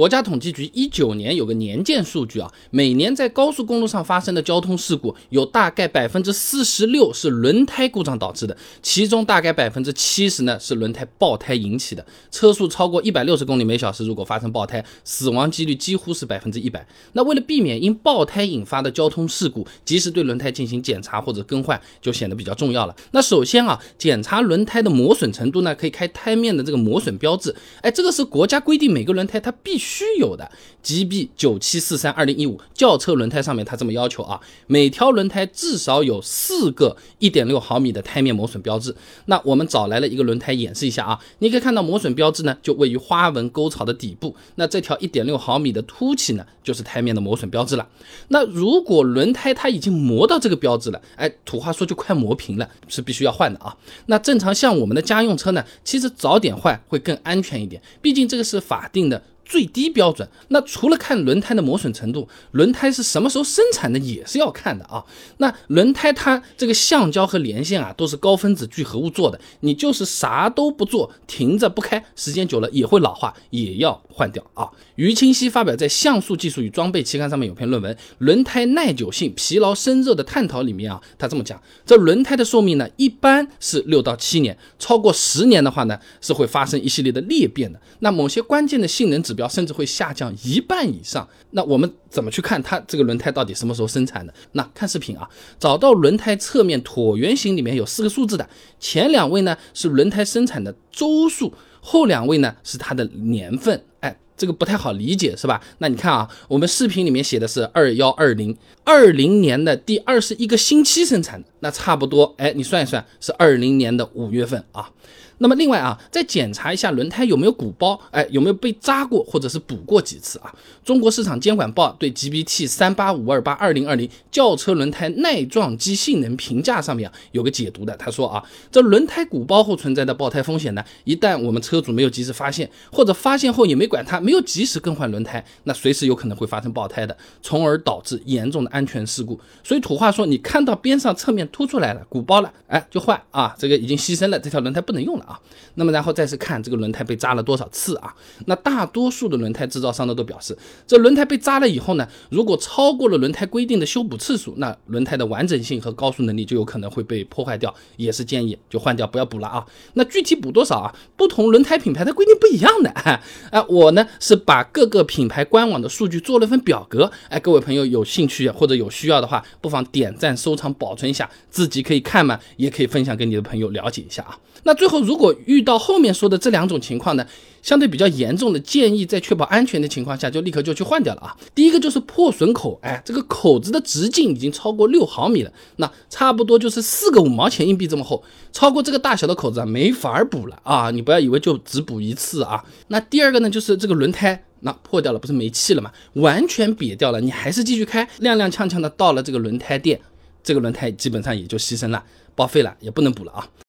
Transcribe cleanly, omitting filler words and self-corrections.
国家统计局19年有个年鉴数据啊，每年在高速公路上发生的交通事故有大概46%是轮胎故障导致的，其中大概70%呢是轮胎爆胎引起的。车速超过160公里每小时，如果发生爆胎，死亡几率几乎是100%。那为了避免因爆胎引发的交通事故，及时对轮胎进行检查或者更换就显得比较重要了。那首先啊，检查轮胎的磨损程度呢，可以开胎面的这个磨损标志，这个是国家规定每个轮胎它必须有的。 GB 9743/2015轿车轮胎上面它这么要求啊，每条轮胎至少有4个 1.6 毫米的胎面磨损标志。那我们找来了一个轮胎演示一下啊，你可以看到磨损标志呢就位于花纹沟槽的底部，那这条 1.6 毫米的凸起呢就是胎面的磨损标志了。那如果轮胎它已经磨到这个标志了，土话说就快磨平了，是必须要换的啊。那正常像我们的家用车呢，其实早点换会更安全一点，毕竟这个是法定的最低标准。那除了看轮胎的磨损程度，轮胎是什么时候生产的也是要看的啊。那轮胎它这个橡胶和连线啊都是高分子聚合物做的，你就是啥都不做，停着不开，时间久了也会老化，也要换掉啊。于清溪发表在《像素技术与装备》期刊上面有篇论文《轮胎耐久性、疲劳生热的探讨》里面啊，他这么讲，这轮胎的寿命呢一般是6到7年，超过10年的话呢是会发生一系列的裂变的。那某些关键的性能指标甚至会下降1半以上。那我们怎么去看它这个轮胎到底什么时候生产的？那看视频啊，找到轮胎侧面椭圆形里面有4个数字的，前2位呢是轮胎生产的周数，后2位呢是它的年份。这个不太好理解是吧？那你看啊，我们视频里面写的是2120年的第21个星期生产的，那差不多你算一算是20年的5月份啊。那么另外啊，再检查一下轮胎有没有鼓包，有没有被扎过或者是补过几次啊？中国市场监管报对 GBT 38528/2020轿车轮胎耐撞击性能评价上面有个解读的，他说啊，这轮胎鼓包后存在的爆胎风险呢，一旦我们车主没有及时发现，或者发现后也没管它，没有及时更换轮胎，那随时有可能会发生爆胎的，从而导致严重的安全事故。所以土话说，你看到边上侧面凸出来了，鼓包了，就换啊，这个已经牺牲了，这条轮胎不能用了啊。那么然后再是看这个轮胎被扎了多少次啊？那大多数的轮胎制造商都表示，这轮胎被扎了以后呢，如果超过了轮胎规定的修补次数，那轮胎的完整性和高速能力就有可能会被破坏掉，也是建议就换掉，不要补了啊。那具体补多少啊？不同轮胎品牌的规定不一样的。我呢是把各个品牌官网的数据做了份表格，各位朋友有兴趣或者有需要的话，不妨点赞收藏保存一下，自己可以看嘛，也可以分享给你的朋友了解一下啊。那最后如果遇到后面说的这2种情况呢，相对比较严重的，建议在确保安全的情况下就立刻就去换掉了啊。第一个就是破损口，这个口子的直径已经超过6毫米了，那差不多就是4个5毛钱硬币这么厚，超过这个大小的口子没法补了啊，你不要以为就只补一次啊。那第二个呢，就是这个轮胎那破掉了，不是没气了吗？完全瘪掉了，你还是继续开，踉踉跄跄的到了这个轮胎店，这个轮胎基本上也就牺牲了，报废了，也不能补了啊。